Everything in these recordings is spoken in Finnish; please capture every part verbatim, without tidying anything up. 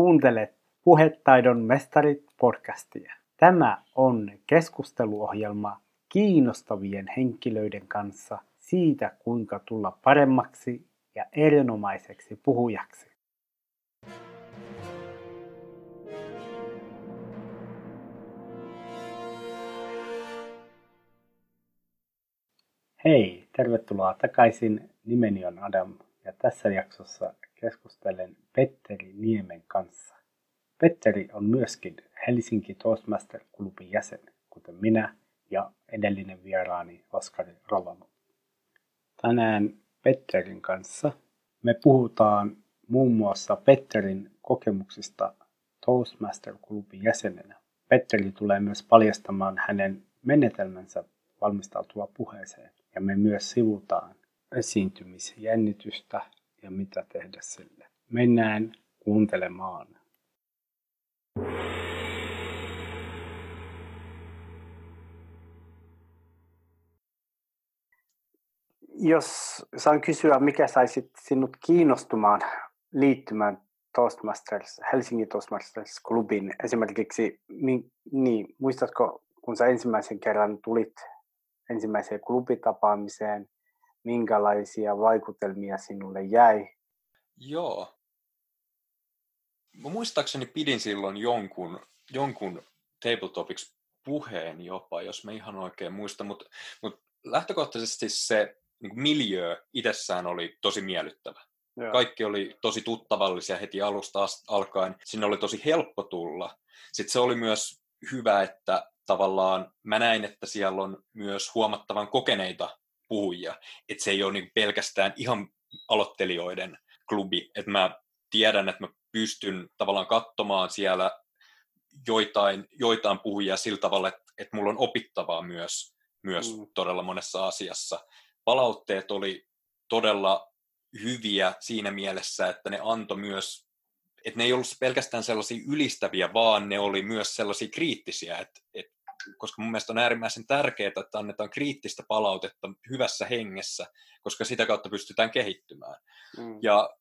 Kuuntelet Puhetaidon mestarit podcastia. Tämä on keskusteluohjelma kiinnostavien henkilöiden kanssa siitä, kuinka tulla paremmaksi ja erinomaiseksi puhujaksi. Hei, tervetuloa takaisin. Nimeni on Adam ja tässä jaksossa keskustelen Petteri Niemen kanssa. Petteri on myöskin Helsinki Toastmaster-klubin jäsen, kuten minä ja edellinen vieraani Oskari Rovamo. Tänään Petterin kanssa me puhutaan muun muassa Petterin kokemuksista Toastmaster-klubin jäsenenä. Petteri tulee myös paljastamaan hänen menetelmänsä valmistautua puheeseen. Ja me myös sivutaan esiintymisjännitystä ja mitä tehdä sille. Mennään kuuntelemaan. Jos saan kysyä, mikä saisi sinut kiinnostumaan liittymään Toastmasters, Helsingin Toastmasters-klubin esimerkiksi, niin, muistatko, kun sä ensimmäisen kerran tulit ensimmäiseen klubitapaamiseen, minkälaisia vaikutelmia sinulle jäi? Joo. Mä muistaakseni pidin silloin jonkun, jonkun Tabletopics puheen jopa, jos mä ihan oikein muistan, mutta mut lähtökohtaisesti se niin miljöö itsessään oli tosi miellyttävä. Joo. Kaikki oli tosi tuttavallisia heti alusta alkaen. Sinne oli tosi helppo tulla. Sitten se oli myös hyvä, että tavallaan mä näin, että siellä on myös huomattavan kokeneita puhujia. Että se ei ole niin pelkästään ihan aloittelijoiden klubi. Että mä tiedän, että mä pystyn tavallaan katsomaan siellä joitain, joitain puhujia sillä tavalla, että, että mulla on opittavaa myös, myös mm. todella monessa asiassa. Palautteet oli todella hyviä siinä mielessä, että ne antoi myös, että ne ei ollut pelkästään sellaisia ylistäviä, vaan ne oli myös sellaisia kriittisiä, että, että, koska mun mielestä on äärimmäisen tärkeää, että annetaan kriittistä palautetta hyvässä hengessä, koska sitä kautta pystytään kehittymään. Mm. Ja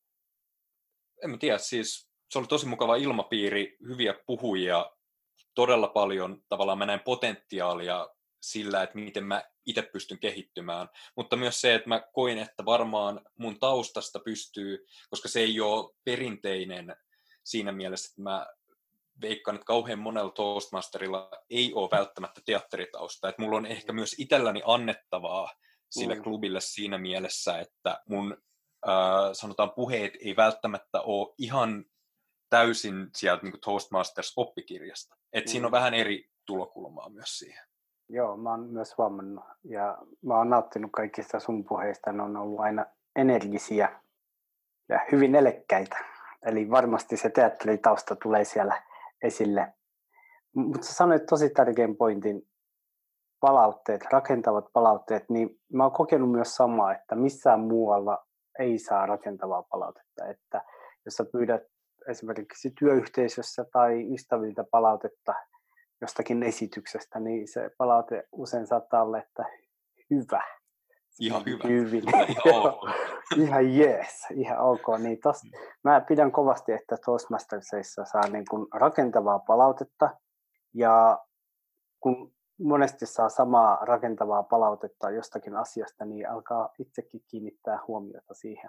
en mä tiedä, siis se oli tosi mukava ilmapiiri, hyviä puhujia, todella paljon tavallaan mä näin potentiaalia sillä, että miten mä itse pystyn kehittymään, mutta myös se, että mä koin, että varmaan mun taustasta pystyy, koska se ei ole perinteinen siinä mielessä, että mä veikkaan, että kauhean monella Toastmasterilla ei ole välttämättä teatteritausta, että mulla on ehkä myös itselläni annettavaa sille mm. klubille siinä mielessä, että mun äh, sanotaan puheet ei välttämättä ole ihan täysin sieltä niin kuin Toastmasters-oppikirjasta, että mm. siinä on vähän eri tulokulmaa myös siihen. Joo, mä oon myös huomannut ja mä oon nauttinut kaikista sun puheista, ne on ollut aina energisiä ja hyvin elekkäitä. Eli varmasti se teatteritausta tulee siellä esille. Mutta sä sanoit tosi tärkeän pointin, palautteet, rakentavat palautteet, niin mä oon kokenut myös samaa, että missään muualla ei saa rakentavaa palautetta. Että jos sä pyydät esimerkiksi työyhteisössä tai ystäviltä palautetta jostakin esityksestä, niin se palaute usein saattaa olla, että hyvä. Ihan hyvä. Hyvin. Ihan jees, ihan ok. Niin tos, mä pidän kovasti, että Toastmastersissa saa niin kuin rakentavaa palautetta, ja kun monesti saa samaa rakentavaa palautetta jostakin asiasta, niin alkaa itsekin kiinnittää huomiota siihen.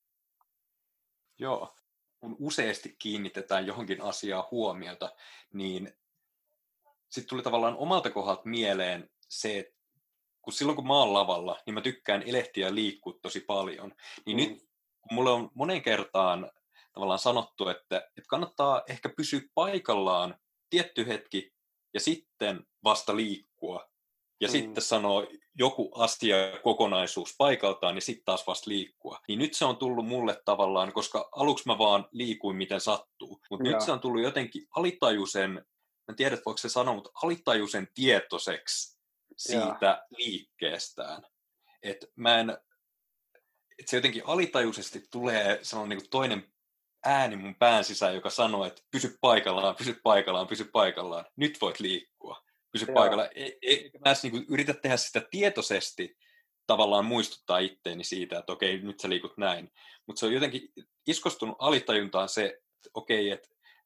Joo, kun useasti kiinnitetään johonkin asiaan huomiota, niin sitten tuli tavallaan omalta kohdalta mieleen se, että kun silloin kun mä oon lavalla, niin mä tykkään elehtiä ja liikkua tosi paljon. Niin mm. nyt, kun mulle on monen kertaan tavallaan sanottu, että, että kannattaa ehkä pysyä paikallaan tietty hetki ja sitten vasta liikkua. Ja mm. sitten sanoo joku asia kokonaisuus paikaltaan ja sitten taas vasta liikkua. Niin nyt se on tullut mulle tavallaan, koska aluksi mä vaan liikuin miten sattuu. Mutta nyt se on tullut jotenkin alitajuisen, en tiedä voiko se sanoa, mutta alitajuisen tietoiseksi siitä ja. liikkeestään. Että mä en, että se jotenkin alitajuisesti tulee sellainen niin kuin toinen ääni mun pään sisään, joka sanoo, että pysy paikallaan, pysy paikallaan, pysy paikallaan, nyt voit liikkua, pysy ja. paikallaan. Ei, ei, mä edes niin kuin yritä tehdä sitä tietoisesti, tavallaan muistuttaa itteeni siitä, että okei, nyt sä liikut näin. Mutta se on jotenkin iskostunut alitajuntaan se, että okei, että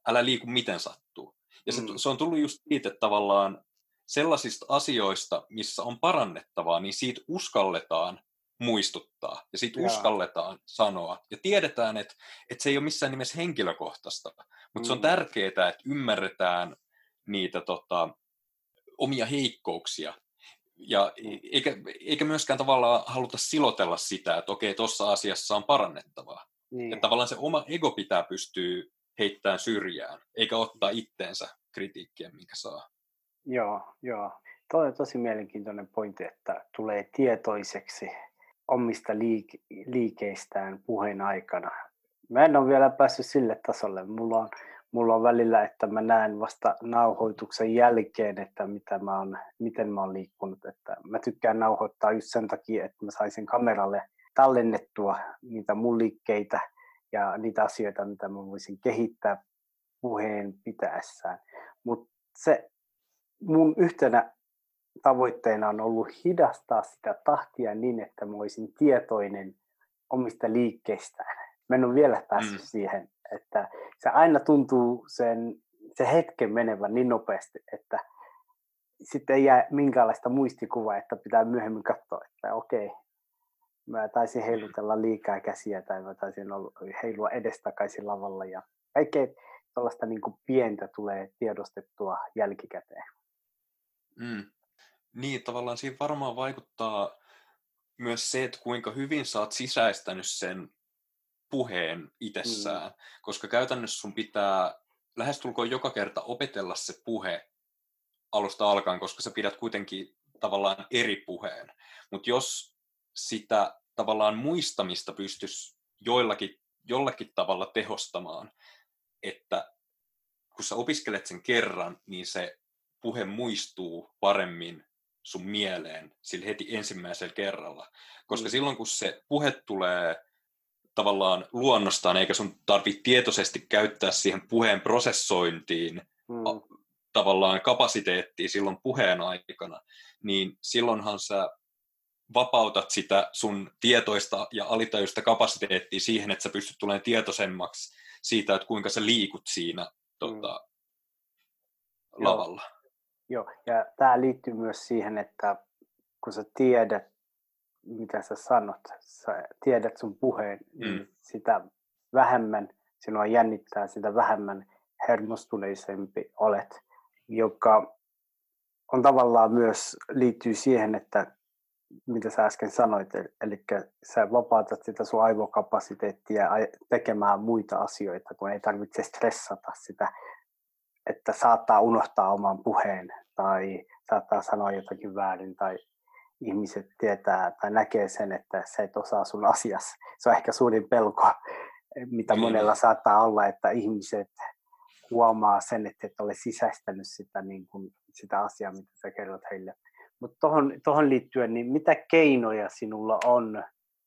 älä liiku miten sattuu. Ja se, Mm. se on tullut just siitä, että tavallaan sellaisista asioista, missä on parannettavaa, niin siitä uskalletaan muistuttaa ja siitä Jaa. uskalletaan sanoa. Ja tiedetään, että, että se ei ole missään nimessä henkilökohtaista, mutta Mm. se on tärkeää, että ymmärretään niitä tota, omia heikkouksia. Ja Mm. eikä, eikä myöskään tavallaan haluta silotella sitä, että okei, tuossa asiassa on parannettavaa. Niin. Että tavallaan se oma ego pitää pystyä heittämään syrjään, eikä ottaa itteensä kritiikkiä, minkä saa. Joo, joo. Toi on tosi mielenkiintoinen pointti, että tulee tietoiseksi omista liik- liikeistään puheen aikana. Mä en ole vielä päässyt sille tasolle. Mulla on, mulla on välillä, että mä näen vasta nauhoituksen jälkeen, että mitä mä oon, miten mä oon liikkunut. Että mä tykkään nauhoittaa just sen takia, että mä saisin kameralle tallennettua niitä mun liikkeitä ja niitä asioita, mitä mä voisin kehittää puheen pitäessään. Mutta se mun yhtenä tavoitteena on ollut hidastaa sitä tahtia niin, että mä olisin tietoinen omista liikkeistään. Mä en ole vielä päässyt mm. siihen, että se aina tuntuu sen, se hetken menevän niin nopeasti, että sitten ei jää minkäänlaista muistikuvaa, että pitää myöhemmin katsoa, että okei, mä taisin heilutella liikaa käsiä tai mä taisin heilua edestakaisin lavalla ja kaikkea tuollaista niin kuin pientä tulee tiedostettua jälkikäteen. Mm. Niin, tavallaan siinä varmaan vaikuttaa myös se, että kuinka hyvin sä oot sisäistänyt sen puheen itsessään, mm. koska käytännössä sun pitää lähestulkoon joka kerta opetella se puhe alusta alkaen, koska sä pidät kuitenkin tavallaan eri puheen. Mutta jos sitä tavallaan muistamista pystyisi joillakin, jollakin tavalla tehostamaan, että kun sä opiskelet sen kerran, niin se puhe muistuu paremmin sun mieleen sillä heti ensimmäisellä kerralla. Koska mm. silloin, kun se puhe tulee tavallaan luonnostaan, eikä sun tarvitse tietoisesti käyttää siihen puheen prosessointiin mm. a, tavallaan kapasiteettia silloin puheen aikana, niin silloinhan sä vapautat sitä sun tietoista ja alitajuista kapasiteettia siihen, että sä pystyt tulemaan tietoisemmaksi siitä, että kuinka sä liikut siinä tota, mm. lavalla. Joo, ja tämä liittyy myös siihen, että kun sä tiedät, mitä sä sanot, sä tiedät sun puheen, mm. niin sitä vähemmän sinua jännittää, sitä vähemmän hermostuneisempi olet, joka on tavallaan myös liittyy siihen, että mitä sä äsken sanoit, eli sä vapautat sitä sun aivokapasiteettia tekemään muita asioita, kun ei tarvitse stressata sitä, että saattaa unohtaa oman puheen tai saattaa sanoa jotakin väärin tai ihmiset tietää tai näkee sen, että sä et osaa sun asiassa. Se on ehkä suurin pelko, mitä mm. monella saattaa olla, että ihmiset huomaa sen, että et ole sisäistänyt sitä, niin kuin, sitä asiaa, mitä sä kerrot heille. Mutta tohon, tohon liittyen, niin mitä keinoja sinulla on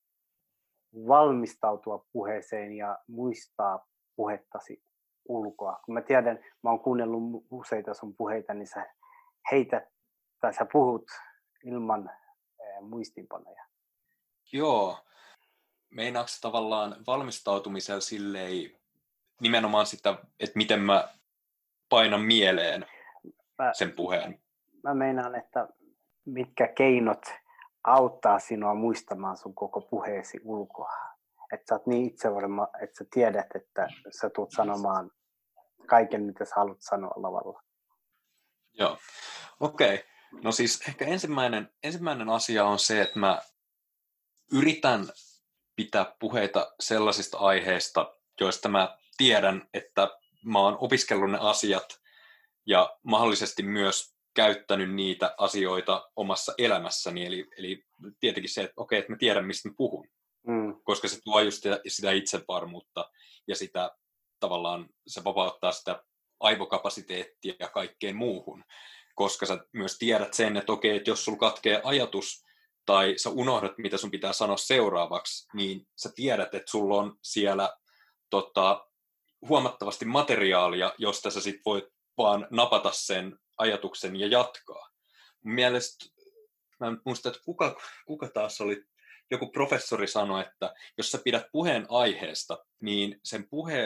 valmistautua puheeseen ja muistaa puhettasi ulkoa? Kun mä tiedän, mä oon kuunnellut useita sun puheita, niin sä heität tai sä puhut ilman ää, muistinpanoja. Joo. Meinaatko tavallaan valmistautumisella silleen nimenomaan sitä, että miten mä painan mieleen mä, sen puheen? Mä meinaan, että mitkä keinot auttaa sinua muistamaan sun koko puheesi ulkoa. Että sä oot niin itsevarma, että sä tiedät, että sä tulet sanomaan kaiken, mitä sä haluat sanoa lavalla. Joo, okei. Okay. No siis ehkä ensimmäinen, ensimmäinen asia on se, että mä yritän pitää puheita sellaisista aiheista, joista mä tiedän, että mä oon opiskellut ne asiat ja mahdollisesti myös käyttänyt niitä asioita omassa elämässäni. Eli, eli tietenkin se, että okei, että mä tiedän, mistä mä puhun. Mm. Koska se tuo just sitä, sitä itsevarmuutta ja sitä tavallaan se vapauttaa sitä aivokapasiteettia ja kaikkeen muuhun. Koska sä myös tiedät sen, että okei, että jos sulla katkee ajatus tai sä unohdat, mitä sun pitää sanoa seuraavaksi, niin sä tiedät, että sulla on siellä tota, huomattavasti materiaalia, josta sä sit voit vaan napata sen ajatuksen ja jatkaa. Mun mielestä, mä en muista, että kuka, kuka taas oli, joku professori sanoi, että jos sä pidät puheen aiheesta, niin sen puheen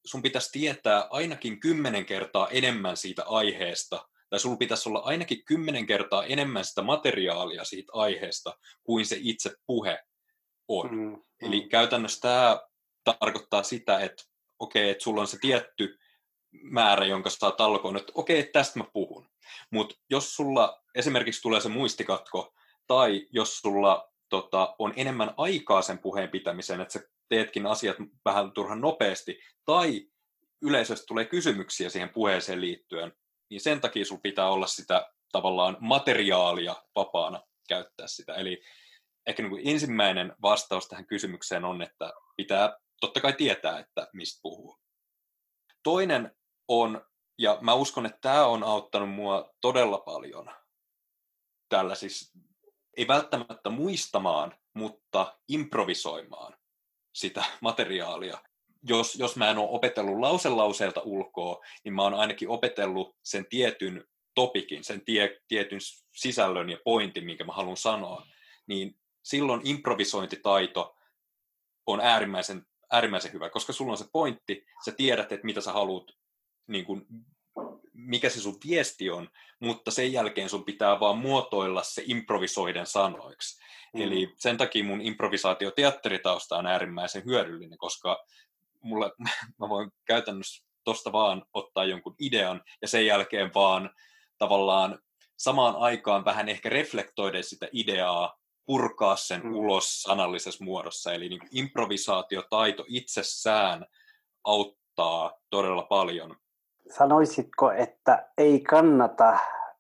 sun pitäisi tietää ainakin kymmenen kertaa enemmän siitä aiheesta, tai sulla pitäisi olla ainakin kymmenen kertaa enemmän sitä materiaalia siitä aiheesta kuin se itse puhe on. Mm, mm. Eli käytännössä tämä tarkoittaa sitä, että okei, että sulla on se tietty määrä, jonka saa talkoon, että okei, tästä mä puhun. Mutta jos sulla esimerkiksi tulee se muistikatko, tai jos sulla tota, on enemmän aikaa sen puheen pitämiseen, että sä teetkin asiat vähän turhan nopeasti, tai yleisöstä tulee kysymyksiä siihen puheeseen liittyen, niin sen takia sulla pitää olla sitä tavallaan materiaalia vapaana käyttää sitä. Eli ehkä niin kuin ensimmäinen vastaus tähän kysymykseen on, että pitää totta kai tietää, että mistä puhuu. Toinen on, ja mä uskon, että tämä on auttanut mua todella paljon, tällä siis ei välttämättä muistamaan, mutta improvisoimaan sitä materiaalia. Jos, jos mä en ole opetellut lauselauseelta ulkoa, niin mä oon ainakin opetellut sen tietyn topikin, sen tie, tietyn sisällön ja pointin, minkä mä haluan sanoa, niin silloin improvisointitaito on äärimmäisen, äärimmäisen hyvä, koska sulla on se pointti, sä tiedät, että mitä sä haluat, niin kun, mikä se sun viesti on, mutta sen jälkeen sun pitää vaan muotoilla se improvisoiden sanoiksi. Mm. Eli sen takia mun improvisaatioteatteritausta on äärimmäisen hyödyllinen, koska mulle, mä voin käytännössä tosta vaan ottaa jonkun idean ja sen jälkeen vaan tavallaan samaan aikaan vähän ehkä reflektoida sitä ideaa, purkaa sen mm. ulos sanallisessa muodossa. Eli niin kuin improvisaatiotaito itsessään auttaa todella paljon. Sanoisitko, että ei kannata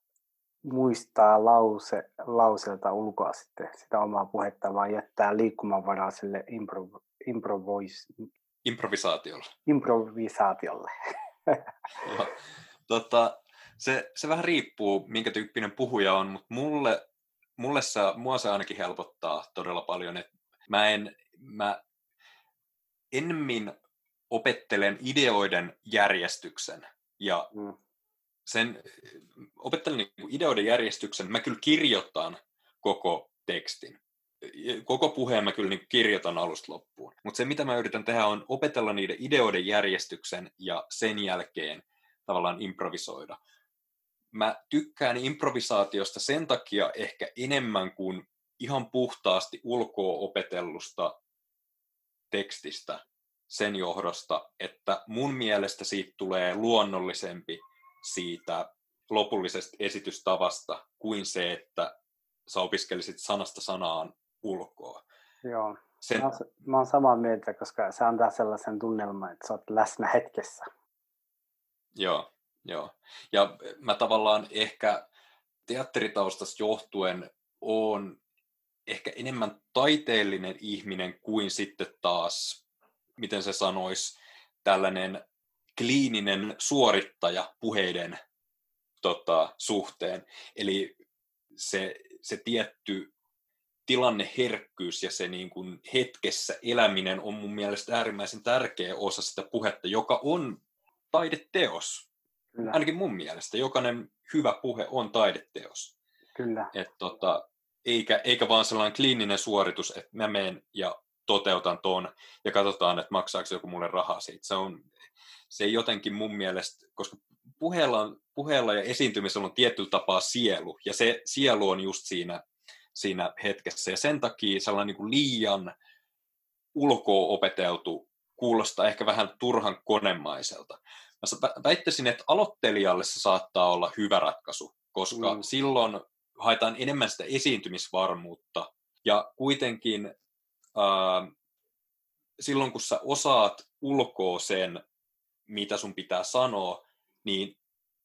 muistaa lause, lauseelta ulkoa sitten sitä omaa puhetta, vaan jättää liikkumavaraa sille impro, improvois, improvisaatiolle? improvisaatiolle. Joo. Tota, se, se vähän riippuu, minkä tyyppinen puhuja on, mutta mulle, mulle se, mua se ainakin helpottaa todella paljon. Että mä, en, mä ennemmin opettelen ideoiden järjestyksen ja mm. sen opettelen niin ideoiden järjestyksen. Mä kyllä kirjoitan koko tekstin. Koko puheen mä kyllä niin kirjoitan alusta loppuun. Mutta se, mitä mä yritän tehdä, on opetella niiden ideoiden järjestyksen ja sen jälkeen tavallaan improvisoida. Mä tykkään improvisaatiosta sen takia ehkä enemmän kuin ihan puhtaasti ulkoa opetellusta tekstistä sen johdosta, että mun mielestä siitä tulee luonnollisempi siitä lopullisesta esitystavasta kuin se, että sä opiskelisit sanasta sanaan ulkoa. Joo, Sen... mä, oon, mä oon samaa mieltä, koska se antaa sellaisen tunnelman, että sä oot läsnä hetkessä. Joo, joo. Ja mä tavallaan ehkä teatteritaustasta johtuen oon ehkä enemmän taiteellinen ihminen kuin sitten taas, miten se sanoisi, tällainen kliininen suorittaja puheiden tota, suhteen. Eli se, se tietty tilanneherkkyys ja se niin kuin hetkessä eläminen on mun mielestä äärimmäisen tärkeä osa sitä puhetta, joka on taideteos. Kyllä. Ainakin mun mielestä. Jokainen hyvä puhe on taideteos. Kyllä. Et, tota, eikä, eikä vaan sellainen kliininen suoritus, että mä menen ja toteutan ton ja katsotaan, että maksaako joku mulle rahaa siitä. Se, on, se ei jotenkin mun mielestä, koska puheella, puheella ja esiintymisellä on tietyllä tapaa sielu, ja se sielu on just siinä, siinä hetkessä. Ja sen takia sellainen niin kuin liian ulkoa opeteltu kuulostaa ehkä vähän turhan konemaiselta. Mä väittäisin, että aloittelijalle se saattaa olla hyvä ratkaisu, koska mm. silloin haetaan enemmän sitä esiintymisvarmuutta, ja kuitenkin äh, silloin kun sä osaat ulkoa sen, mitä sun pitää sanoa, niin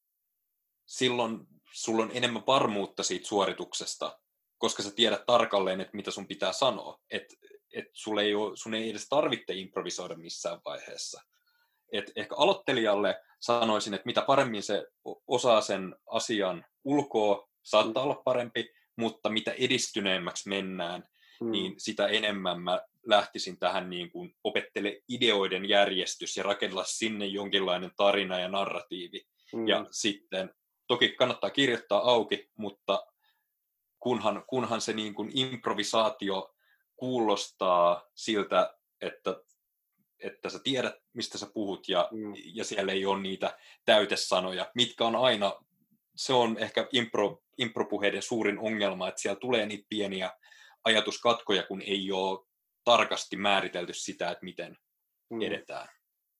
silloin sulla on enemmän varmuutta siitä suorituksesta, koska sä tiedät tarkalleen, että mitä sun pitää sanoa. Että et sun, sun ei edes tarvitse improvisoida missään vaiheessa. Et ehkä aloittelijalle sanoisin, että mitä paremmin se osaa sen asian ulkoa, saattaa mm. olla parempi, mutta mitä edistyneemmäksi mennään, mm. niin sitä enemmän mä lähtisin tähän niin kuin opettele ideoiden järjestys ja rakennella sinne jonkinlainen tarina ja narratiivi. Mm. Ja sitten toki kannattaa kirjoittaa auki, mutta kunhan, kunhan se niin kuin improvisaatio kuulostaa siltä, että että sä tiedät, mistä sä puhut, ja, Mm. ja siellä ei ole niitä täytesanoja, mitkä on aina, se on ehkä impro, impropuheiden suurin ongelma, että siellä tulee niitä pieniä ajatuskatkoja, kun ei ole tarkasti määritelty sitä, että miten Mm. edetään.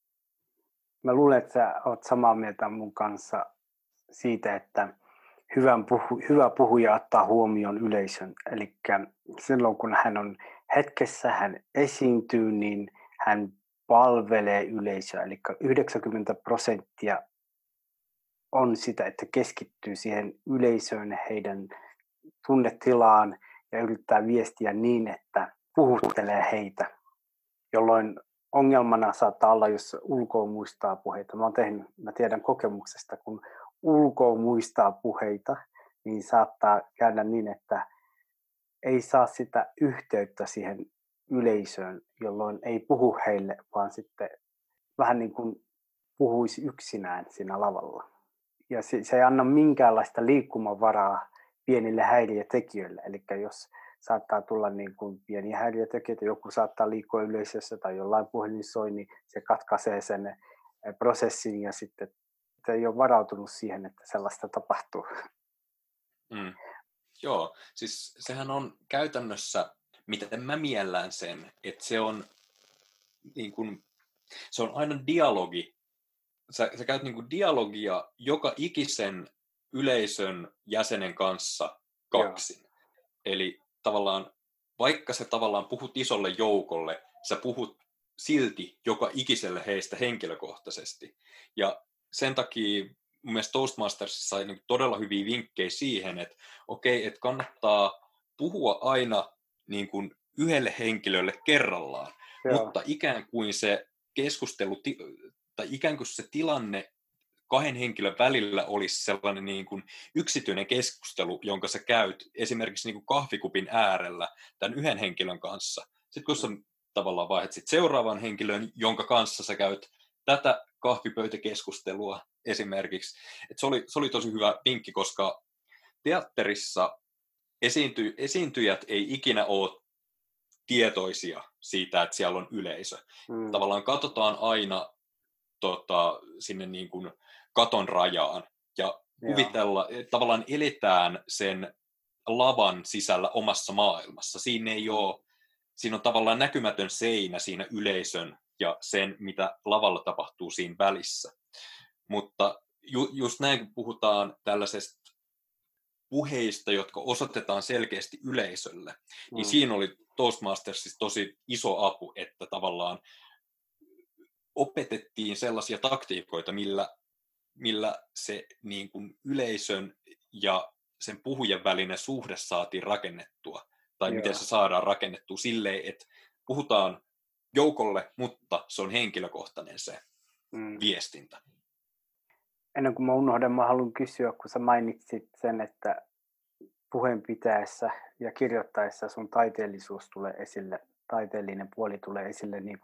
Mä luulen, että sä oot samaa mieltä mun kanssa siitä, että hyvän puhu, hyvä puhuja ottaa huomioon yleisön. Eli silloin kun hän on hetkessä, hän esiintyy, niin hän palvelee yleisöä. Eli yhdeksänkymmentä prosenttia on sitä, että keskittyy siihen yleisöön, heidän tunnetilaan ja yrittää viestiä niin, että puhuttelee heitä, jolloin ongelmana saattaa olla, jos ulkoa muistaa puheita. Mä, oon tehnyt, mä tiedän kokemuksesta, kun ulkoa muistaa puheita, niin saattaa käydä niin, että ei saa sitä yhteyttä siihen yleisöön, jolloin ei puhu heille, vaan sitten vähän niin kuin puhuisi yksinään siinä lavalla. Ja se, se ei anna minkäänlaista liikkumavaraa pienille häiriötekijöille. Eli jos saattaa tulla niin kuin pieniä häiriötekijöitä, joku saattaa liikkua yleisössä tai jollain puhelin soi, niin se katkaisee sen prosessin ja sitten ei ole varautunut siihen, että sellaista tapahtuu. Mm. Joo, siis sehän on käytännössä, miten mä miellän sen, että se on, niin kuin, se on aina dialogi. Sä, sä käyt niin kuin dialogia joka ikisen yleisön jäsenen kanssa kaksin. Joo. Eli tavallaan, vaikka sä tavallaan puhut isolle joukolle, sä puhut silti joka ikiselle heistä henkilökohtaisesti. Ja sen takia mun mielestä Toastmastersissa sai niin todella hyviä vinkkejä siihen, että okei, että kannattaa puhua aina niin kuin yhdelle henkilölle kerrallaan, Joo. mutta ikään kuin se keskustelu, tai ikään kuin se tilanne kahden henkilön välillä olisi sellainen niin kuin yksityinen keskustelu, jonka sä käyt esimerkiksi niin kuin kahvikupin äärellä tämän yhden henkilön kanssa. Sitten kun sä tavallaan vaihdat sit seuraavan henkilön, jonka kanssa sä käyt tätä kahvipöytäkeskustelua esimerkiksi. Et se, oli, se oli tosi hyvä vinkki, koska teatterissa esiinty, esiintyjät ei ikinä ole tietoisia siitä, että siellä on yleisö. Mm. Tavallaan katsotaan aina tota, sinne niin kuin katon rajaan ja kuvitella, tavallaan eletään sen lavan sisällä omassa maailmassa. Siinä ei ole, siinä on tavallaan näkymätön seinä siinä yleisön ja sen, mitä lavalla tapahtuu siinä välissä. Mutta ju, just näin, kun puhutaan tällaisesta puheista, jotka osoitetaan selkeästi yleisölle, mm. niin siinä oli Toastmastersissa tosi iso apu, että tavallaan opetettiin sellaisia taktiikoita, millä, millä se niin kuin yleisön ja sen puhujan välinen suhde saatiin rakennettua, tai Joo. miten se saadaan rakennettua silleen, että puhutaan joukolle, mutta se on henkilökohtainen se mm. viestintä. Ennen kuin mä unohdan, mä haluan kysyä, kun sä mainitsit sen, että puheen pitäessä ja kirjoittaessa sun taiteellisuus tulee esille, taiteellinen puoli tulee esille, niin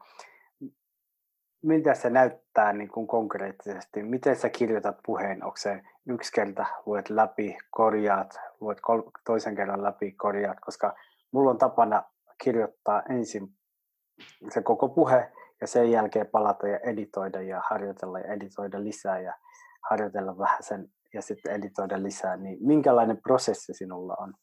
miltä se näyttää niin kuin konkreettisesti? Miten sä kirjoitat puheen? Onko se yksi kerta, luet läpi, korjaat, luet toisen kerran läpi, korjaat? Koska mulla on tapana kirjoittaa ensin se koko puhe ja sen jälkeen palata ja editoida ja harjoitella ja editoida lisää ja harjoitella vähän sen ja sitten editoida lisää. Niin minkälainen prosessi sinulla on?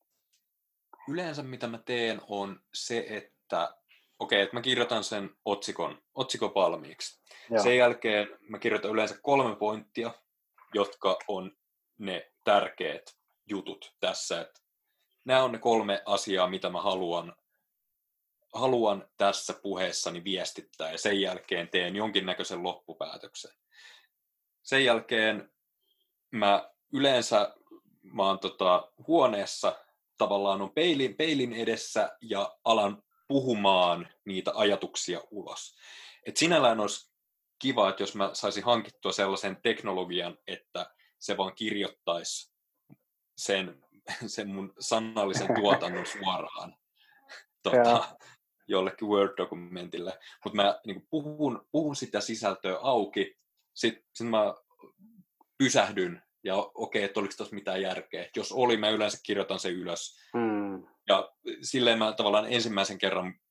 Yleensä mitä mä teen on se, että okei, että mä kirjoitan sen otsikon, otsikon valmiiksi. Joo. Sen jälkeen mä kirjoitan yleensä kolme pointtia, jotka on ne tärkeät jutut tässä. Että nämä on ne kolme asiaa, mitä mä haluan, haluan tässä puheessani viestittää, ja sen jälkeen teen jonkinnäköisen loppupäätöksen. Sen jälkeen mä yleensä mä oon tota, huoneessa, tavallaan on peilin, peilin edessä ja alan puhumaan niitä ajatuksia ulos. Et sinällään olisi kiva, että jos mä saisin hankittua sellaisen teknologian, että se vaan kirjoittaisi sen, sen mun sanallisen tuotannon suoraan tota, jollekin Word-dokumentille. Mutta mä niin puhun, puhun sitä sisältöä auki, sitten sit mä pysähdyn ja okei, että oliko tuossa mitään järkeä. Jos oli, mä yleensä kirjoitan sen ylös. Mm. Ja silleen mä tavallaan ensimmäisen kerran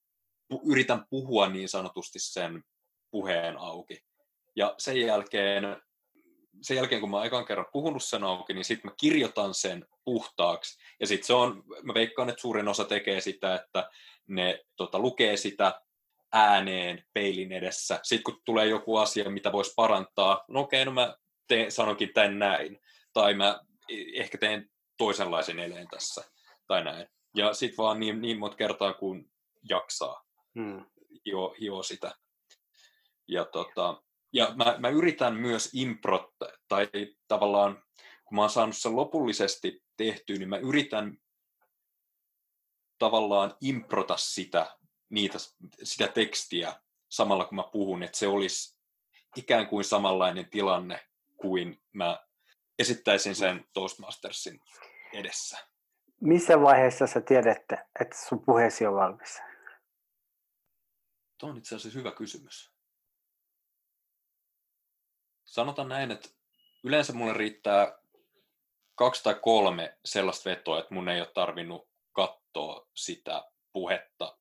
pu- yritän puhua niin sanotusti sen puheen auki. Ja sen jälkeen, sen jälkeen kun mä ekan kerran puhunut sen auki, niin sitten mä kirjoitan sen puhtaaksi. Ja sitten se on, mä veikkaan, että suurin osa tekee sitä, että ne tota, lukee sitä ääneen peilin edessä. Sitten kun tulee joku asia, mitä voisi parantaa, no okei, no mä teen, sanonkin tämän näin. Tai mä ehkä teen toisenlaisen eleen tässä, tai näin. Ja sitten vaan niin, niin monta kertaa, kun jaksaa Hmm. hio, hio sitä. Ja, tota, ja mä, mä yritän myös improt, tai tavallaan, kun mä oon saanut sen lopullisesti tehtyä, niin mä yritän tavallaan improta sitä, niitä, sitä tekstiä samalla kun mä puhun, että se olisi ikään kuin samanlainen tilanne kuin mä esittäisin sen Toastmastersin edessä. Missä vaiheessa sä tiedät, että sun puheesi on valmis? Tuo on itse asiassa hyvä kysymys. Sanotaan näin, että yleensä mulle riittää kaksi tai kolme sellaista vetoa, että mun ei ole tarvinnut katsoa sitä puhetta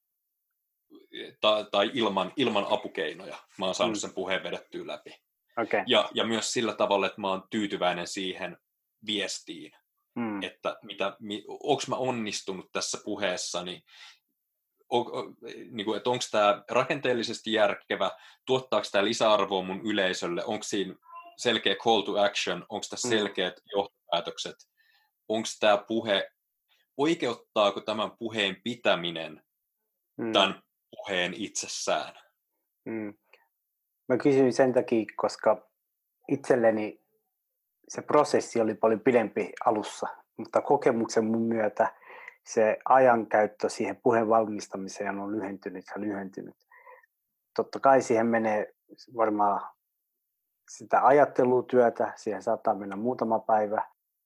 tai, tai ilman, ilman apukeinoja. Mä oon saanut sen puheen vedettyä läpi. Okay. Ja, ja myös sillä tavalla, että mä oon tyytyväinen siihen viestiin, Mm. että mitä, mi, onko mä onnistunut tässä puheessani, on, niin että onko tämä rakenteellisesti järkevä, tuottaako tämä lisäarvoa mun yleisölle, onko siinä selkeä call to action, onko tässä selkeät johtopäätökset, onko tämä puhe, oikeuttaako tämän puheen pitäminen Mm. tämän puheen itsessään? Mm. Mä kysyin sen takia, koska itselleni se prosessi oli paljon pidempi alussa, mutta kokemuksen mun myötä se ajankäyttö siihen puheen valmistamiseen on lyhentynyt ja lyhentynyt. Totta kai siihen menee varmaan sitä ajattelutyötä, siihen saattaa mennä muutama päivä.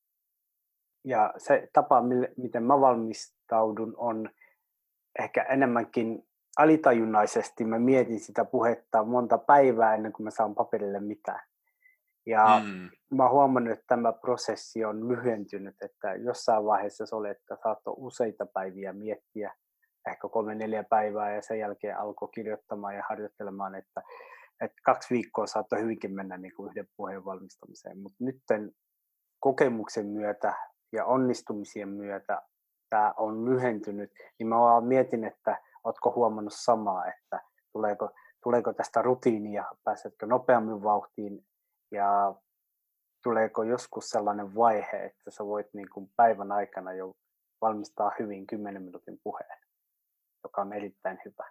Ja se tapa, miten mä valmistaudun, on ehkä enemmänkin alitajunnaisesti. Mä mietin sitä puhetta monta päivää ennen kuin mä saan paperille mitään. Ja mm. mä oon huomannut, että tämä prosessi on lyhentynyt, että jossain vaiheessa se oli, että saattoi useita päiviä miettiä, ehkä kolme neljä päivää, ja sen jälkeen alkoi kirjoittamaan ja harjoittelemaan, että, että kaksi viikkoa saattoi hyvinkin mennä niin kuin yhden puheen valmistamiseen. Mutta nyt kokemuksen myötä ja onnistumisien myötä tämä on lyhentynyt, niin mä vaan mietin, että ootko huomannut samaa, että tuleeko, tuleeko tästä rutiinia, pääsetkö nopeammin vauhtiin, ja tuleeko joskus sellainen vaihe, että sä voit niin kuin päivän aikana jo valmistaa hyvin kymmenen minuutin puheen, joka on erittäin hyvä.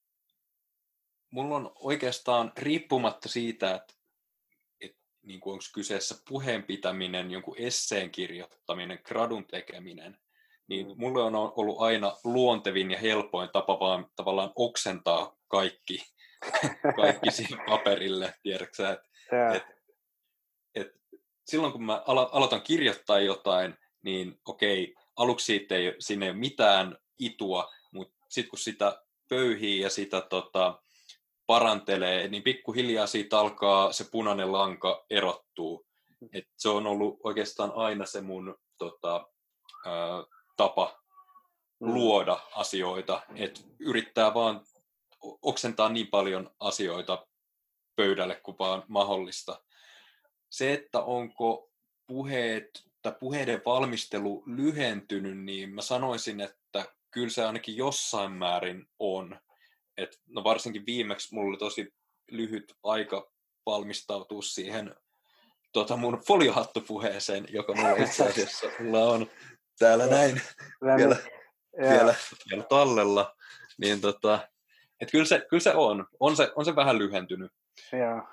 Mulla on oikeastaan riippumatta siitä, että, että niin kuin onko kyseessä puheen pitäminen, jonkun esseen kirjoittaminen, gradun tekeminen, niin mm. mulle on ollut aina luontevin ja helpoin tapa vaan tavallaan oksentaa kaikki, kaikki siihen paperille, tiedätkö sä, että et, et silloin kun mä aloitan kirjoittaa jotain, niin okei, aluksi siitä ei, siinä ei ole mitään itua, mutta sitten kun sitä pöyhii ja sitä tota, parantelee, niin pikkuhiljaa siitä alkaa se punainen lanka erottuu. Et se on ollut oikeastaan aina se mun tota, ää, tapa luoda asioita, että yrittää vaan oksentaa niin paljon asioita pöydälle kuin vaan mahdollista. Se, että onko puheet tai puheiden valmistelu lyhentynyt, niin mä sanoisin, että kyllä se ainakin jossain määrin on. Et, no varsinkin viimeksi mulla oli tosi lyhyt aika valmistautua siihen tota mun foliohattupuheeseen, joka mulla itse asiassa mulla on täällä näin vielä, vielä, vielä tallella. Niin tota, et kyllä, se, kyllä se on. On se, on se vähän lyhentynyt. Joo.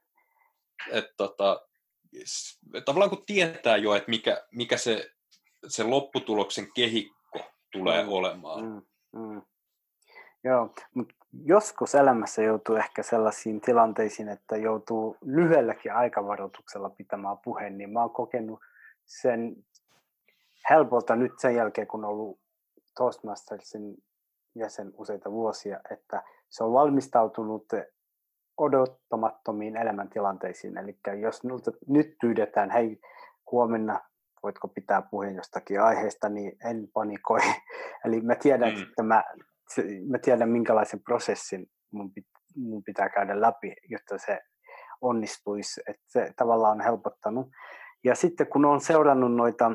Et tota, tavallaan kun tietää jo, että mikä, mikä se, se lopputuloksen kehikko tulee mm, olemaan. Mm, mm. Joo, mutta joskus elämässä joutuu ehkä sellaisiin tilanteisiin, että joutuu lyhyelläkin aikavaroituksella pitämään puheen, niin mä oon kokenut sen helpolta nyt sen jälkeen, kun on ollut Toastmastersin jäsen useita vuosia, että se on valmistautunut odottamattomiin elämäntilanteisiin. Eli jos nyt pyydetään, hei, huomenna voitko pitää puheen jostakin aiheesta, niin en panikoi. Eli mä tiedän, mm. että mä se, mä tiedän minkälaisen prosessin mun, pit, mun pitää käydä läpi, jotta se onnistuisi, että se tavallaan on helpottanut. Ja sitten kun on seurannut noita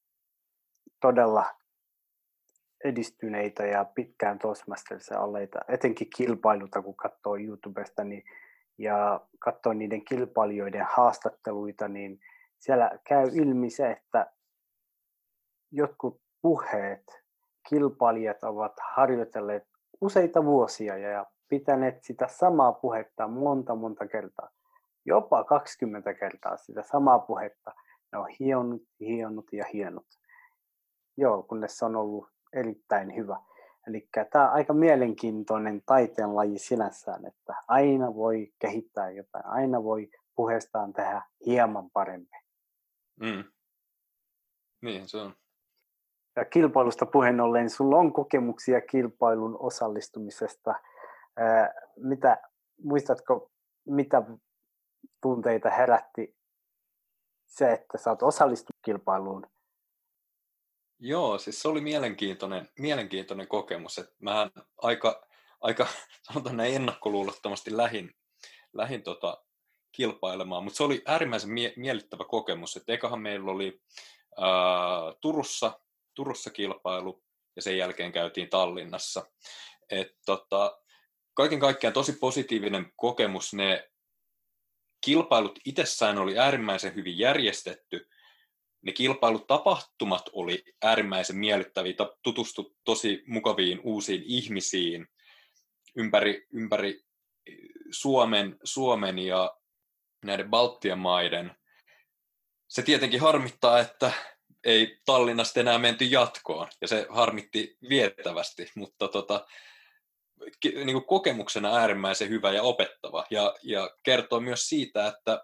todella edistyneitä ja pitkään Toastmasterissa olleita, etenkin kilpailuta, kun katsoo YouTubesta niin, ja katsoo niiden kilpailijoiden haastatteluita, niin siellä käy ilmi se, että jotkut puheet, kilpailijat ovat harjoitelleet useita vuosia ja pitäneet sitä samaa puhetta monta monta kertaa, jopa kaksikymmentä kertaa sitä samaa puhetta. Ne on hionnut, hionnut ja hionnut. Joo, kunnes se on ollut erittäin hyvä. Eli tämä on aika mielenkiintoinen taiteenlaji sinänsään, että aina voi kehittää jotain, aina voi puheestaan tehdä hieman parempi. Mm. Niin se on. Ja kilpailusta puheen ollen, sulla on kokemuksia kilpailun osallistumisesta. Ää, mitä, muistatko, mitä tunteita herätti se, että sä oot osallistunut kilpailuun? Joo, siis se oli mielenkiintoinen, mielenkiintoinen kokemus. Että mä aika, aika sanotaan näin ennakkoluulottomasti lähin, lähin tota, kilpailemaan, mutta se oli äärimmäisen mie- miellyttävä kokemus. Että ekahan meillä oli ää, Turussa, Turussa kilpailu ja sen jälkeen käytiin Tallinnassa. Et, tota, kaiken kaikkiaan tosi positiivinen kokemus. Ne kilpailut itsessään oli äärimmäisen hyvin järjestetty. Ne kilpailutapahtumat oli äärimmäisen miellyttäviä, tutustu tosi mukaviin uusiin ihmisiin ympäri, ympäri Suomen, Suomen ja näiden Baltian maiden. Se tietenkin harmittaa, että ei Tallinnasta enää menty jatkoon, ja se harmitti viettävästi, mutta tota, niin kuin kokemuksena äärimmäisen hyvä ja opettava, ja, ja kertoo myös siitä, että,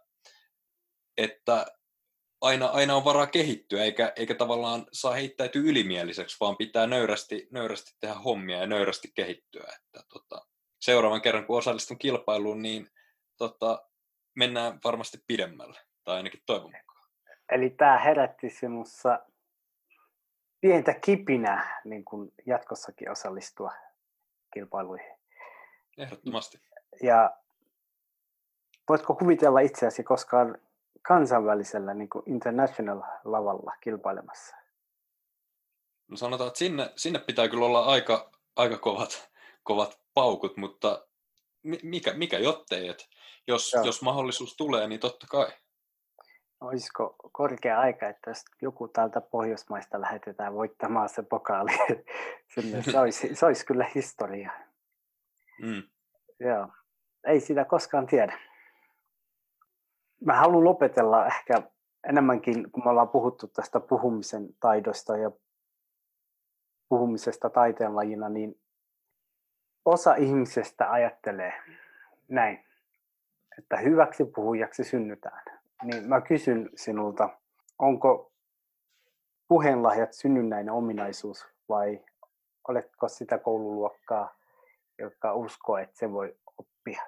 että aina, aina on varaa kehittyä, eikä, eikä tavallaan saa heittäytyä ylimieliseksi, vaan pitää nöyrästi, nöyrästi tehdä hommia ja nöyrästi kehittyä. Että, tota, seuraavan kerran, kun osallistun kilpailuun, niin tota, mennään varmasti pidemmälle, tai ainakin toivon mukaan. Eli tämä herätti sinussa pientä kipinää niin kuin jatkossakin osallistua kilpailuihin. Ehdottomasti. Ja voitko kuvitella itseäsi koskaan kansainvälisellä niin kuin international-lavalla kilpailemassa? No sanotaan, että sinne, sinne pitää kyllä olla aika, aika kovat, kovat paukut, mutta mikä, mikä jottei, että jos, jos mahdollisuus tulee, niin totta kai. Olisiko korkea aika, että jos joku täältä Pohjoismaista lähetetään voittamaan se pokaali, se olisi, se olisi kyllä historia. Mm. Joo. Ei sitä koskaan tiedä. Mä haluan lopetella ehkä enemmänkin, kun me ollaan puhuttu tästä puhumisen taidosta ja puhumisesta taiteenlajina, niin osa ihmisestä ajattelee näin, että hyväksi puhujaksi synnytään. Niin mä kysyn sinulta, onko puheenlahjat synnynnäinen ominaisuus vai oletko sitä koululuokkaa, joka uskoo, että se voi oppia?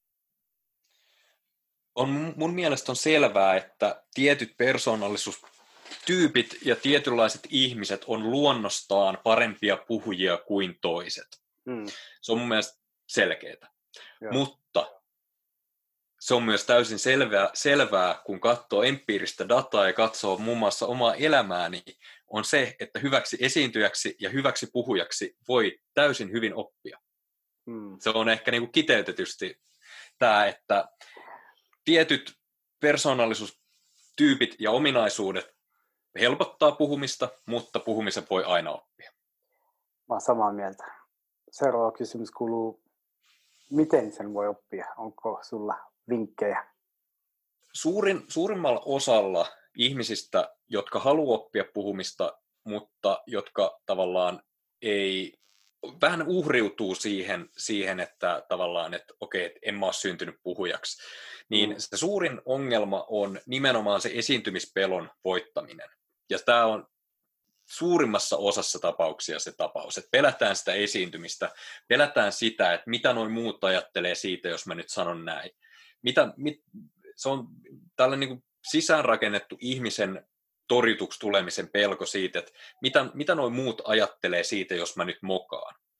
On, mun mielestä on selvää, että tietyt persoonallisuustyypit ja tietynlaiset ihmiset on luonnostaan parempia puhujia kuin toiset. Hmm. Se on mun mielestä selkeää. Joo. Mutta se on myös täysin selvää, selvää, kun katsoo empiiristä dataa ja katsoo muun muassa omaa elämääni, on se, että hyväksi esiintyjäksi ja hyväksi puhujaksi voi täysin hyvin oppia. Hmm. Se on ehkä niin kuin kiteytetysti tämä, että tietyt persoonallisuustyypit ja ominaisuudet helpottaa puhumista, mutta puhumisen voi aina oppia. Mä oon samaa mieltä. Seuraava kysymys kuuluu, miten sen voi oppia? Onko sulla vinkkejä? Suurin, suurimmalla osalla ihmisistä, jotka haluaa oppia puhumista, mutta jotka tavallaan ei, vähän uhriutuu siihen, siihen että tavallaan, että okei, että en mä ole syntynyt puhujaksi, niin mm. se suurin ongelma on nimenomaan se esiintymispelon voittaminen. Ja tämä on suurimmassa osassa tapauksia se tapaus, että pelätään sitä esiintymistä, pelätään sitä, että mitä noin muut ajattelee siitä, jos mä nyt sanon näin. Mitä, mit, se on tällainen niin kuin sisäänrakennettu ihmisen torjutuksi tulemisen pelko siitä, että mitä, mitä noin muut ajattelee siitä, jos mä nyt mokaan.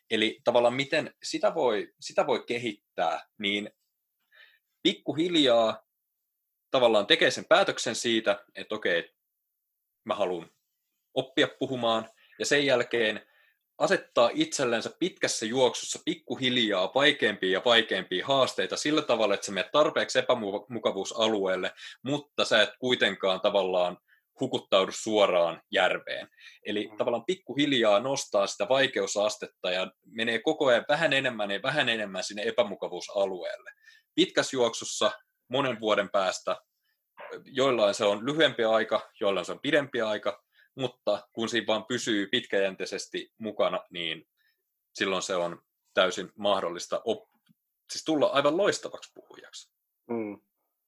Eli tavallaan miten sitä voi, sitä voi kehittää, niin pikkuhiljaa tavallaan tekee sen päätöksen siitä, että okei, mä haluan oppia puhumaan, ja sen jälkeen asettaa itsellensä pitkässä juoksussa pikkuhiljaa vaikeampia ja vaikeampia haasteita sillä tavalla, että sä menet tarpeeksi epämukavuusalueelle, mutta sä et kuitenkaan tavallaan hukuttaudu suoraan järveen. Eli tavallaan pikkuhiljaa nostaa sitä vaikeusastetta ja menee koko ajan vähän enemmän ja vähän enemmän sinne epämukavuusalueelle. Pitkässä juoksussa monen vuoden päästä, joillain se on lyhyempi aika, joillain se on pidempi aika, mutta kun siinä vaan pysyy pitkäjänteisesti mukana, niin silloin se on täysin mahdollista op- siis tulla aivan loistavaksi puhujaksi. Mm.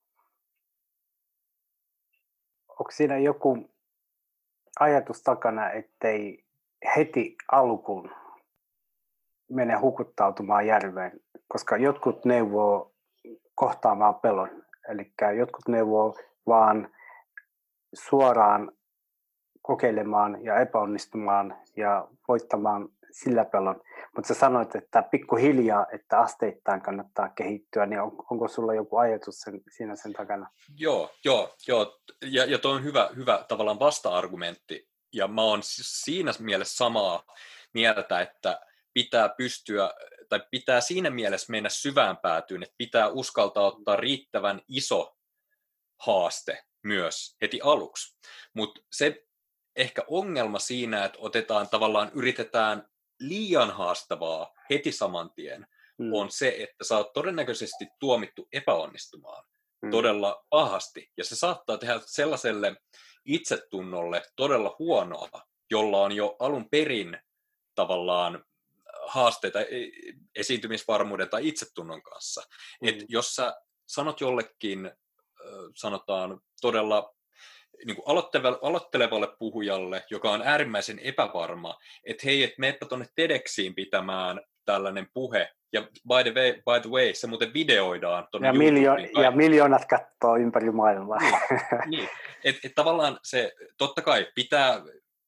Onko siinä joku ajatus takana, ettei heti alkuun mene hukuttautumaan järveen, koska jotkut neuvoo kohtaamaan pelon, eli jotkut neuvoo vaan suoraan kokeilemaan ja epäonnistumaan ja voittamaan sillä pelon. Mutta sä sanoit, että pikkuhiljaa, että asteittain kannattaa kehittyä, niin on, onko sulla joku ajatus sen, siinä sen takana? Joo, joo, joo. Ja, ja toi on hyvä, hyvä tavallaan vasta-argumentti. Ja mä oon siinä mielessä samaa mieltä, että pitää pystyä, tai pitää siinä mielessä mennä syvään päätyyn, että pitää uskaltaa ottaa riittävän iso haaste myös heti aluksi. Mutta se ehkä ongelma siinä, että otetaan tavallaan, yritetään liian haastavaa heti saman tien, mm. on se, että sä oot todennäköisesti tuomittu epäonnistumaan mm. todella pahasti. Ja se saattaa tehdä sellaiselle itsetunnolle todella huonoa, jolla on jo alun perin tavallaan haasteita esiintymisvarmuuden tai itsetunnon kanssa. Mm. Et jos sä sanot jollekin, sanotaan todella niin kuin aloittelevalle puhujalle, joka on äärimmäisen epävarma, että hei, et meepä tuonne TEDxiin pitämään tällainen puhe, ja by the way, by the way se muuten videoidaan tuonne ja, miljo- ja miljoonat katsoo ympäri maailmaa. Niin, niin. Että et tavallaan se, totta kai pitää,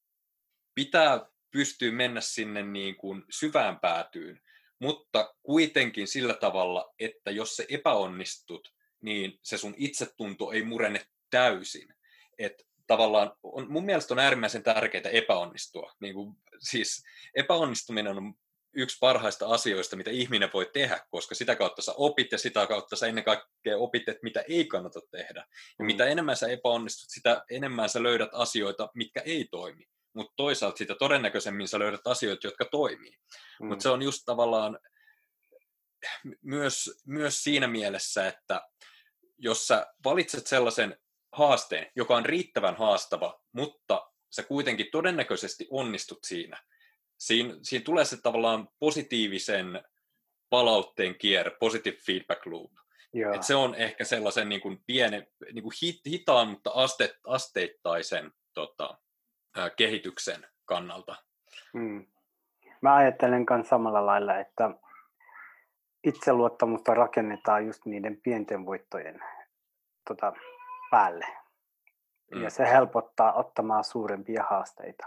pitää pystyä mennä sinne niin kuin syvään päätyyn, mutta kuitenkin sillä tavalla, että jos se epäonnistut, niin se sun itsetunto ei murene täysin. Että tavallaan on, mun mielestä on äärimmäisen tärkeää epäonnistua. Niin kuin, siis epäonnistuminen on yksi parhaista asioista, mitä ihminen voi tehdä, koska sitä kautta sä opit ja sitä kautta sä ennen kaikkea opit, että mitä ei kannata tehdä. Ja mm. mitä enemmän sä epäonnistut, sitä enemmän sä löydät asioita, mitkä ei toimi. Mutta toisaalta sitä todennäköisemmin sä löydät asioita, jotka toimii. Mm. Mutta se on just tavallaan myös, myös siinä mielessä, että jos sä valitset sellaisen haasteen, joka on riittävän haastava, mutta sä kuitenkin todennäköisesti onnistut siinä. Siinä, siinä tulee se tavallaan positiivisen palautteen kierre, positive feedback loop. Et se on ehkä sellaisen niin kuin pienen, niin kuin hit, hitaan, mutta aste, asteittaisen tota, ää, kehityksen kannalta. Hmm. Mä ajattelen myös samalla lailla, että itseluottamusta rakennetaan just niiden pienten voittojen tota, päälle. Mm. Ja se helpottaa ottamaan suurempia haasteita.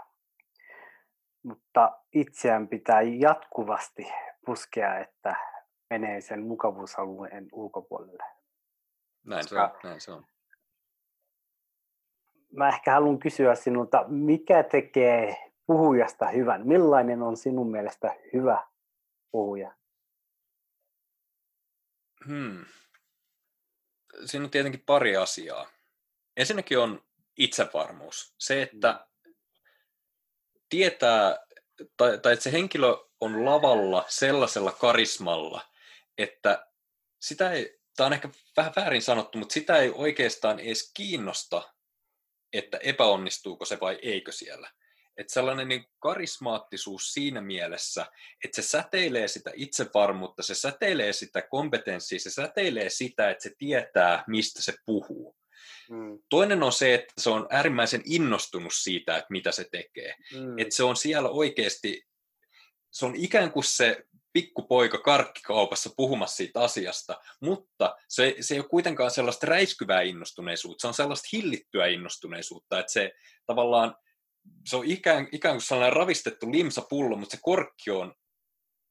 Mutta itseään pitää jatkuvasti puskea, että menee sen mukavuusalueen ulkopuolelle. Näin se on, näin se on. Mä ehkä haluan kysyä sinulta, mikä tekee puhujasta hyvän? Millainen on sinun mielestä hyvä puhuja? Hmm. Siinä on tietenkin pari asiaa. Ensinnäkin on itsevarmuus. Se, että tietää, tai, tai että se henkilö on lavalla sellaisella karismalla, että sitä ei, tämä on ehkä vähän väärin sanottu, mutta sitä ei oikeastaan edes kiinnosta, että epäonnistuuko se vai eikö siellä. Että sellainen niin karismaattisuus siinä mielessä, että se säteilee sitä itsevarmuutta, se säteilee sitä kompetenssia, se säteilee sitä, että se tietää, mistä se puhuu. Mm. Toinen on se, että se on äärimmäisen innostunut siitä, että mitä se tekee. Mm. Että se on siellä oikeasti, se on ikään kuin se pikkupoika karkkikaupassa puhumassa siitä asiasta, mutta se, se ei ole kuitenkaan sellaista räiskyvää innostuneisuutta, se on sellaista hillittyä innostuneisuutta, että se tavallaan, se on ikään, ikään kuin sellainen ravistettu limsapullo, mutta se korkki on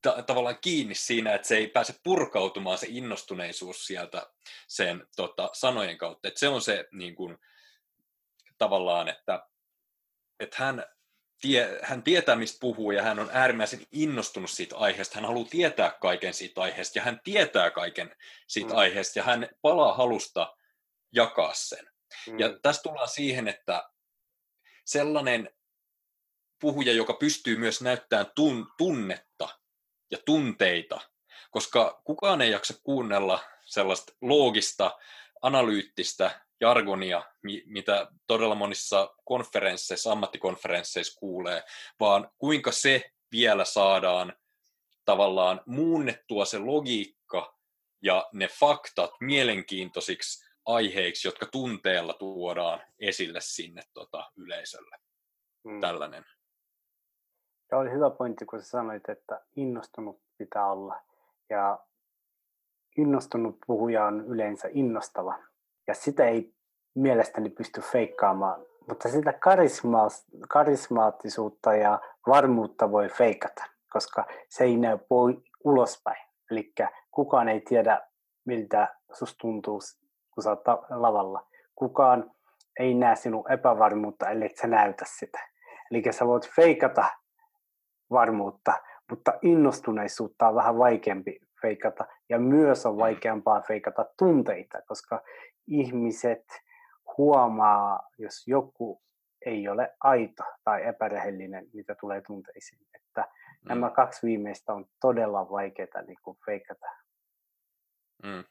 ta- tavallaan kiinni siinä, että se ei pääse purkautumaan se innostuneisuus sieltä sen tota, sanojen kautta. Että se on se niin kuin, tavallaan, että, että hän, tie, hän tietää, mistä puhuu, ja hän on äärimmäisen innostunut siitä aiheesta. Hän haluaa tietää kaiken siitä aiheesta, ja hän tietää kaiken siitä mm. aiheesta, ja hän palaa halusta jakaa sen. Mm. Ja tässä tullaan siihen, että sellainen puhuja, joka pystyy myös näyttämään tun, tunnetta ja tunteita, koska kukaan ei jaksa kuunnella sellaista loogista, analyyttistä jargonia, mitä todella monissa konferensseissa, ammattikonferensseissa kuulee, vaan kuinka se vielä saadaan tavallaan muunnettua se logiikka ja ne faktat mielenkiintoisiksi aiheiksi, jotka tunteella tuodaan esille sinne tota, yleisölle. Hmm. Tällainen. Tämä oli hyvä pointti, kun sä sanoit, että innostunut pitää olla. Ja innostunut puhuja on yleensä innostava. Ja sitä ei mielestäni pysty feikkaamaan. Mutta sitä karisma- karismaattisuutta ja varmuutta voi feikata, koska se ei näy ulospäin. Eli kukaan ei tiedä, miltä susta tuntuu, kun sä oot lavalla. Kukaan ei näe sinun epävarmuutta, ellei sä näytä sitä. Eli sä voit feikata varmuutta, mutta innostuneisuutta on vähän vaikeampi feikata. Ja myös on vaikeampaa feikata tunteita, koska ihmiset huomaa, jos joku ei ole aito tai epärehellinen, mitä tulee tunteisiin. Että mm. nämä kaksi viimeistä on todella vaikeita niin kuin feikata. Mm.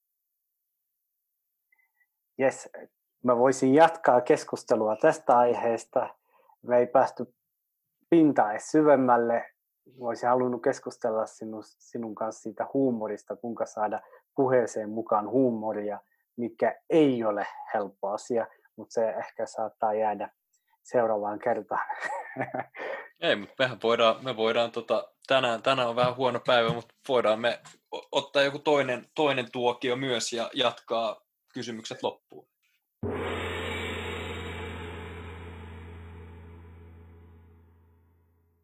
Jes, mä voisin jatkaa keskustelua tästä aiheesta. Me ei päästy pintaan edes syvemmälle. Voisin halunnut keskustella sinun, sinun kanssa siitä huumorista, kuinka saada puheeseen mukaan huumoria, mikä ei ole helppo asia, mutta se ehkä saattaa jäädä seuraavaan kertaan. Ei, mutta mehän voidaan, me voidaan tota, tänään, tänään on vähän huono päivä, mutta voidaan me ottaa joku toinen, toinen tuokio myös ja jatkaa kysymykset loppuun.